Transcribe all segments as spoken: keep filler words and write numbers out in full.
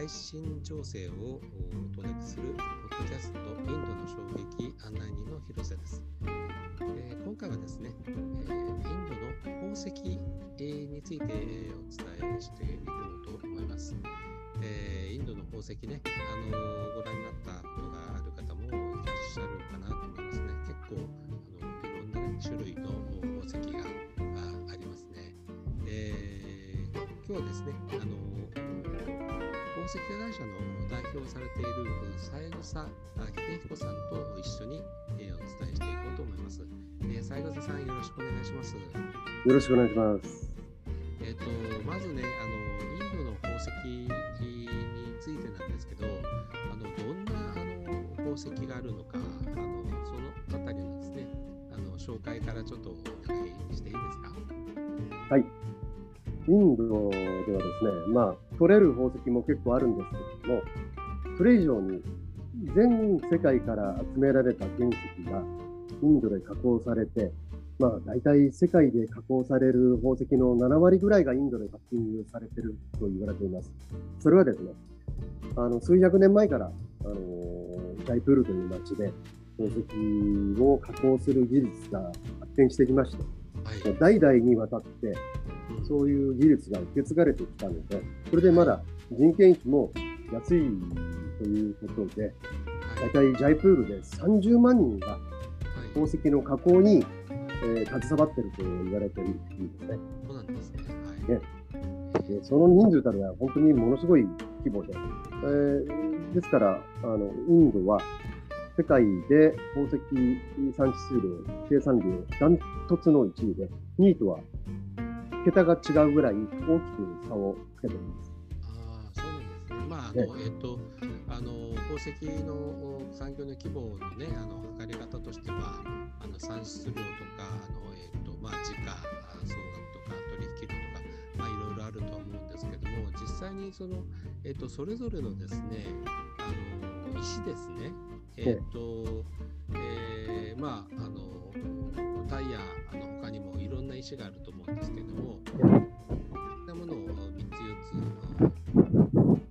新情勢をお届けするポッドキャストインドの衝撃案内人の広瀬です。えー、今回はですね、えー、インドの宝石についてお伝えしていこうと思います。えー、インドの宝石ね、あのー、ご覧になったことがある方もいらっしゃるかなと思いますね。結構あのいろんな、ね、種類の宝石が あ, ありますね。えー、今日はですね、あの宝石会社の代表をされている三枝秀彦さんと一緒にお伝えしていこうと思います。三枝さん、よろしくお願いします。 よろしくお願いします。 えっと、まずね、あのインドの宝石についてなんですけど、あのどんなあの宝石があるのか、あのそのあたりのですね、あの紹介からちょっとお願いしていいですか。 はい。インドではですね、まあ、取れる宝石も結構あるんですけれども、それ以上に全世界から集められた原石がインドで加工されて、まあ、大体世界で加工される宝石のななわりぐらいがインドでパッキングされていると言われています。それはですね、あの数百年前から、あのジャイプールという町で宝石を加工する技術が発展してきまして、はい、代々にわたってそういう技術が受け継がれてきたので、それでまだ人件費も安いということで、大体ジャイプールでさんじゅうまんにんが宝石の加工に、えー、携わっていると言われているんですね。 そうなんですね。はい、 でその人数たるは本当にものすごい規模で、えー、ですからあのインドは世界で宝石産出量、生産量ダントツのいちいで、にいとは桁が違うぐらい大きく差をつけています。 ああ、そうなんですね。まあ、あの、ね、えっと、あの、宝石の産業の規模のね、あの、測り方としては、あの、産出量とか、あの、えっと、まあ、時価総額とか、取引量とか、まあ、いろいろあるとは思うんですけども、実際にその、えっと、それぞれのですね、あの、石ですね、えっと、えー、まあ、あの、タイヤの他にもいろんな石があると思うんですけども、こういったものをみっつよっつ。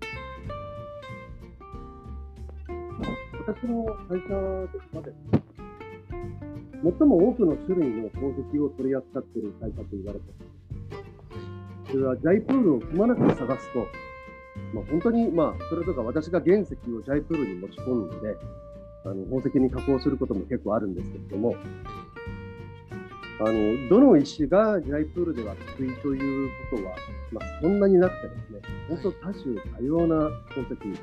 私の会社はですね、最も多くの種類の宝石を取り扱っている会社と言われています。それはジャイプールをくまなく探すと、まあ、本当に、まあ、それとか私が原石をジャイプールに持ち込んで、あの宝石に加工することも結構あるんですけれども、あのどの石がジャイプールでは得意ということは、まあ、そんなになくてですね、本当多種多様な宝石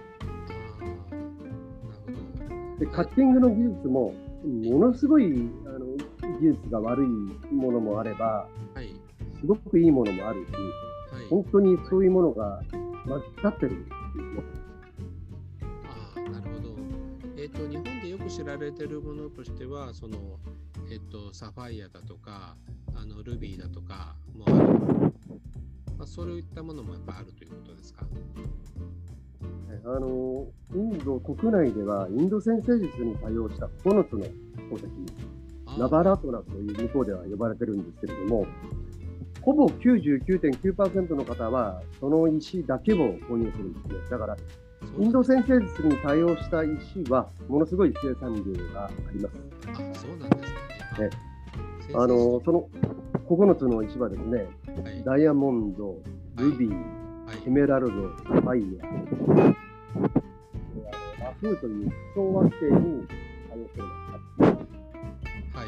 で、カッティングの技術もものすごいあの技術が悪いものもあれば、はい、すごくいいものもあるし、はい、本当にそういうものが混ざってるんですね。 ああ、なるほど。えっと、日本でよく知られているものとしては、そのえっと、サファイアだとか、あのルビーだとかもある、まあ、そういったものもやっぱあるということですか。 あのインド国内ではインド占星術に対応したここのつの宝石、ナバラトナという向こうでは呼ばれてるんですけれども、ほぼ きゅうじゅうきゅうてんきゅうパーセント の方はその石だけを購入するんですね。だからインド占星術に対応した石はものすごい生産量があります。 あ、そうなんですね。 ね、あのそのここのつの石はですね、はい、ダイヤモンド、ルビー、はい、エメラルド、サファイア、ラフーという小惑星に対応しています。 はい、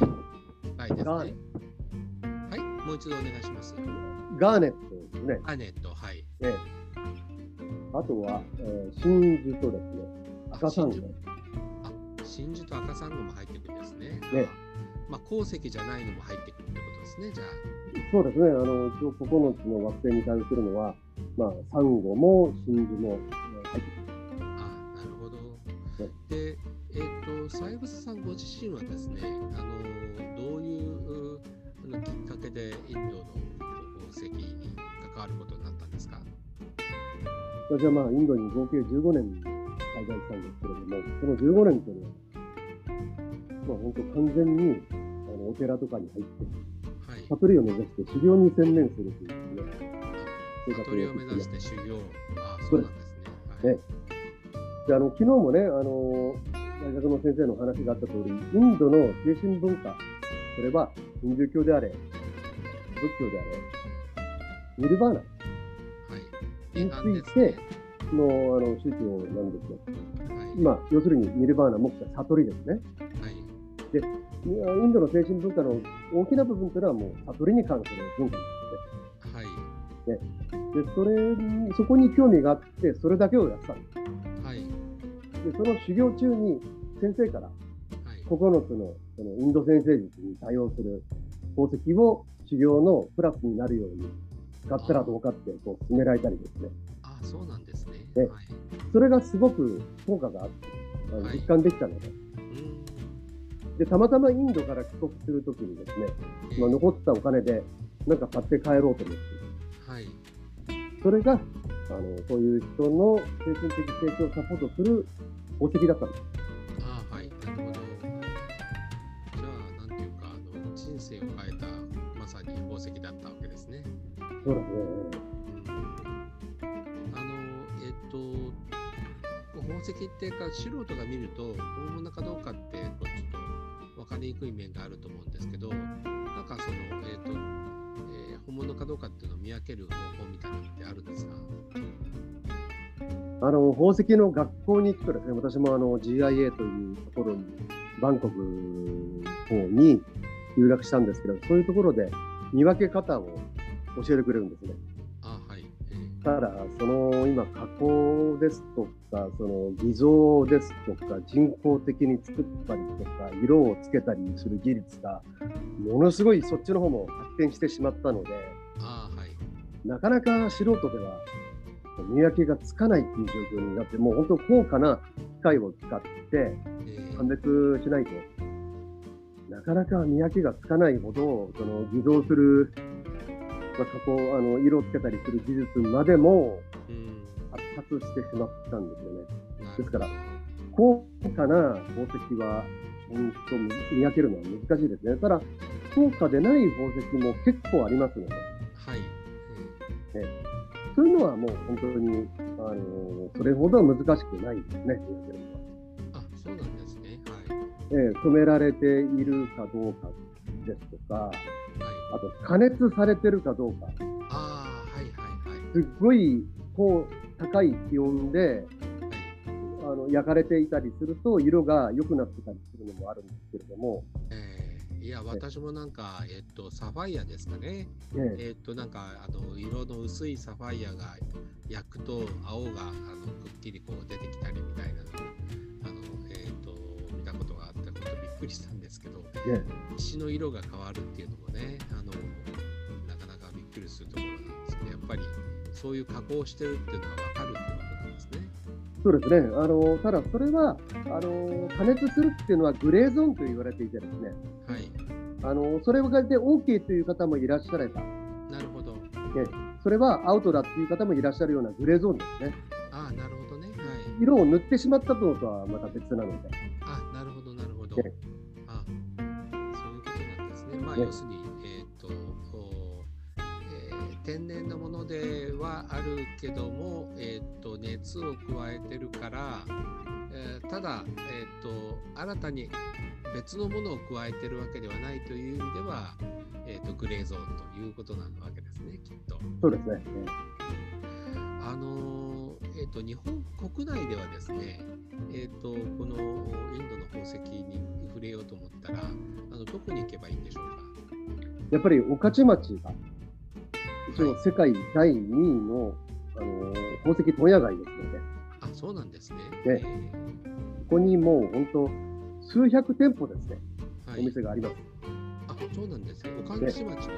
はいですね。ガーネット。はい、もう一度お願いします。 ガーネットですね。 ガーネット、はい。 ね、あとは、えー、真珠とですね、赤サンゴ。 あ、真珠と赤サンゴも入ってくるんですね。 ね、 まあ、鉱石じゃないのも入ってくるってことですね、じゃあ。 そうですね、あの一応ここのつの惑星に対応するのは、まあ、サンゴも真珠も入ってくる。 あ、なるほど。ね、で、えっと、三枝さんご自身はですね、あのどういうあのきっかけでインドの宝石に関わることになったんですか。 私はまあインドに合計じゅうごねん滞在したんですけれども、そのじゅうごねんというのは、まあ、本当完全にあのお寺とかに入って、はい、悟りを目指して修行に専念するというですね。 悟りを目指して修行。あ、そうなんですね。ははい。 ね、であの昨日もね、あの大学の先生の話があった通り、インドの精神文化、それはヒンドゥー教であれ、仏教であれ、ニルバーナについての、あの宗教なんですよ。はい、まあ、要するにニルバーナ、目的は悟りですね。はい、で、インドの精神文化の大きな部分というのはもう悟りに関する文化ですね。はい、ででそれにそこに興味があって、それだけをやったんです。はい、でその修行中に先生から、ここのつの、そのインド先生術に対応する宝石を修行のプラスになるように使ったらどうかってこう勧められたりですね。 ああ、そうなんですね。 で、はい、それがすごく効果があって、実感できたので、はい、でたまたまインドから帰国するときにですね、えーまあ、残ったお金でなんか買って帰ろうと思って、はい、それがあのそういう人の精神的成長をサポートする宝石だったんです。 ああ、はい、なるほど。じゃあ、なんていうか、あの人生を変えたまさに宝石だったわけですね。 そうですね。 宝石ってか素人が見ると本物かどうかってこうちょっと分かりにくい面があると思うんですけど、なんかその、えーとえー、本物かどうかっていうのを見分ける方法みたいなのってあるんですか？ あの宝石の学校に行くとですね、私もあの ジーアイエー というところにバンコク方に留学したんですけど、そういうところで見分け方を教えてくれるんですね。 あ、はい。 ただその今加工ですとか、その偽造ですとか、人工的に作ったりとか色をつけたりする技術がものすごいそっちの方も発展してしまったので、あ、はい、なかなか素人では見分けがつかないっていう状況になって、もう本当高価な機械を使って判別しないとなかなか見分けがつかないほど、その偽造するまあ、加工あの色をつけたりする技術までも発達してしまったんですよね。ですから高価な宝石は本当見分けるのは難しいですね。ただ高価でない宝石も結構ありますので、はい、うん、ね、そういうのはもう本当にあのそれほど難しくないですね、見分けるのは。 あ、そうなんですね。はい、 えー、染められているかどうかですとか、はい、あと加熱されてるかどうか、 あ、はいはいはい、 すっごいこう高い気温で、はい、あの焼かれていたりすると色が良くなってたりするのもあるんですけれども、 えー、いや私もなんか、えっと、サファイアですかね、ね、えっとなんかあの色の薄いサファイアが焼くと青があのくっきりこう出てきたりみたいなのあの、えっと見たことがあって本当びっくりしたんですけど、ね、石の色が変わるっていうのもね、あのなかなかびっくりするところなんですけど、やっぱりそういう加工してるっていうのが分かるってことなんですね。 そうですね。あのただそれはあの加熱するっていうのはグレーゾーンと言われていてですね、はい、あのそれがで OK という方もいらっしゃれば、 なるほど、ね、 それはアウトだっていう方もいらっしゃるようなグレーゾーンですね。 ああ、なるほどね、はい、 色を塗ってしまったのとはまた別なので。 あ、なるほどなるほど、ね、あ、そういうことなんですね。まあ、ね、要するに、えーとえー、天然のものではあるけども、えー、と熱を加えてるから、えー、ただ、えー、と新たに別のものを加えてるわけではないという意味では、えー、とグレーゾーンということなわけですね、きっと。 そうですね。 あのーえー、と日本国内ではですね、えー、とこのインドの宝石に触れようと思ったら、あのどこに行けばいいんでしょうか。 やっぱり御徒町が一応世界だいにいの、あのー、宝石問屋街ですので。 あ、そうなんですね。 ね、えー、ここにもう本当数百店舗ですね、はい、お店があります。 あ、そうなんですね。御徒町のどこですか？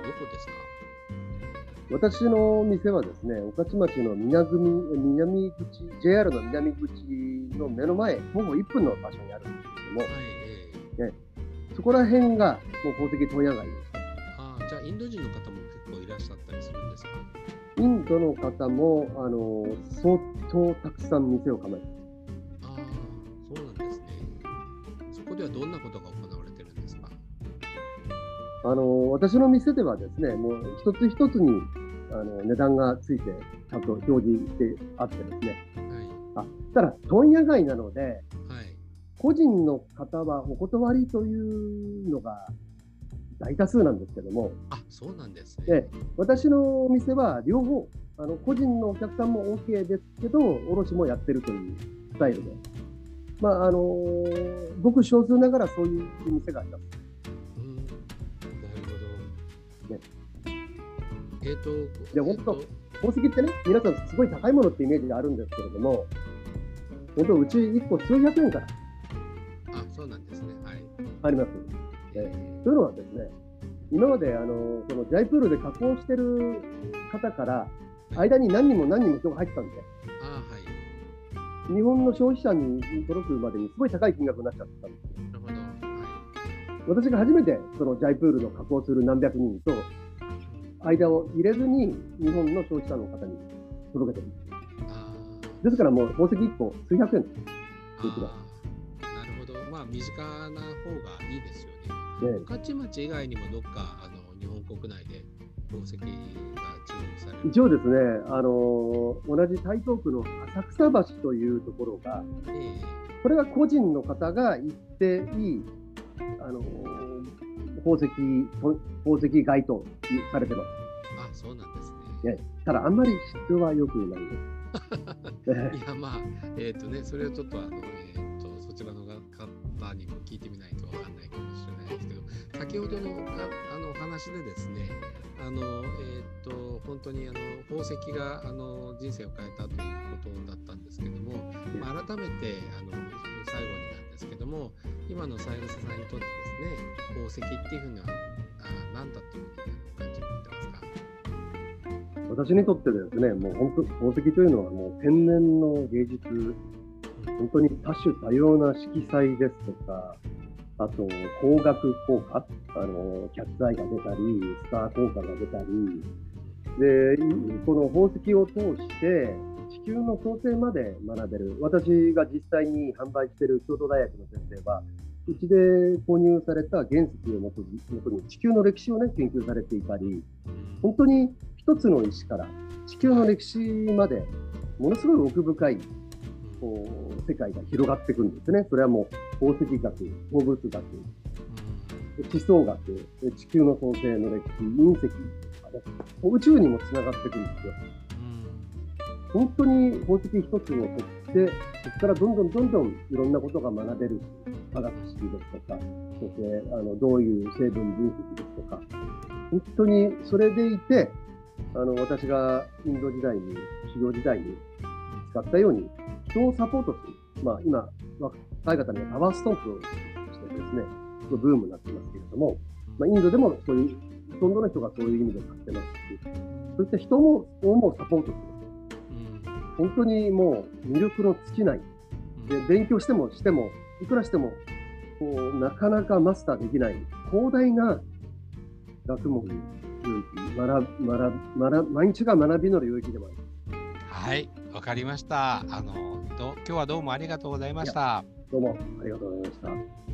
私の店はですね、御徒町の南組南口 ジェイアール の南口の目の前、ほぼいっぷんの場所にあるんですけども、はい、えーね、そこら辺がもう宝石問屋街です。 あ、じゃあインド人の方も結構いらっしゃったりするんですか？ インドの方もあの相当たくさん店を構えています。 ああ、そうなんですね。そこではどんなことが行われてるんですか？ あの私の店ではですね、もう一つ一つにあの値段がついてちゃんと表示してあってですね、はい、 あ、ただ問屋街なので、 はい、 個人の方はお断りというのが大多数なんですけども、 あ、そうなんですね。 で私のお店は両方、あの個人のお客さんも OK ですけど、卸もやってるというスタイルで、まああのー、ごく少数ながらそういう店があります。 うん、なるほど。 ね、 えっ、ー、と、 で本当、宝石ってね、皆さんすごい高いものってイメージがあるんですけれども、本当うちいっこ数百円からあ、そうなんですね。はい。 あります。えー、というのはですね、今まであのそのジャイプールで加工してる方から間に何人も何人も人が入ってたんで、 あ、はい、 日本の消費者に届くまでにすごい高い金額になっちゃったんですよ。 なるほど。はい、 私が初めてそのジャイプールの加工する何百人と間を入れずに日本の消費者の方に届けてるんですよ。 あ、 ですからもう宝石いっこ数百円です。 あ、なるほど。まあ身近な方がいいですよね。御徒町以外にもどっかあの日本国内で宝石が注目される？ 一応ですね、あの同じ台東区の浅草橋というところが、えー、これは個人の方が行っていい、あの宝石宝石街とされてます。 あ、そうなんですね。 ね、ただあんまり質は良くないです。いやまあえっ、ー、とね、それはちょっとあの、えー、とそちらの方にも聞いてみないとわかんないかもしれないですけど、先ほどのあの話でですね、あのえっ、ー、と本当にあの宝石があの人生を変えたということだったんですけども、まあ、改めてあの最後になんですけども、今の三枝さんにとってですね、宝石っていうふうには何だというふうに感じてますか？ 私にとってですね、もう本当宝石というのはもう天然の芸術、本当に多種多様な色彩ですとか、あと光学効果、あのキャッツアイが出たり、スター効果が出たりで、この宝石を通して地球の創生まで学べる。私が実際に販売している京都大学の先生は、うちで購入された原石をもとに地球の歴史を、ね、研究されていたり、本当に一つの石から地球の歴史までものすごい奥深いこう世界が広がっていくんですね。それはもう宝石学、鉱物学、地層学、地球の創生の歴史、隕石とかね、宇宙にもつながっていくんですよ。本当に宝石一つを取って、そこからどんどんどんどんいろんなことが学べる化学式ですとか、そしてあのどういう成分分析ですとか、本当にそれでいて、あの私がインド時代に修行時代に使ったように人をサポートする、まあ、今若い方にはパワーストンプをしてですね、ブームになってますけれども、まあ、インドでもそういうほとんどの人がそういう意味で買ってますし、そういった人ももサポートする。本当にもう魅力の尽きない。で、勉強してもしてもいくらしてもこうなかなかマスターできない広大な学問領域、学学学毎日が学びの領域でもあります。 はい、わかりました。あのど今日はどうもありがとうございました。 どうもありがとうございました。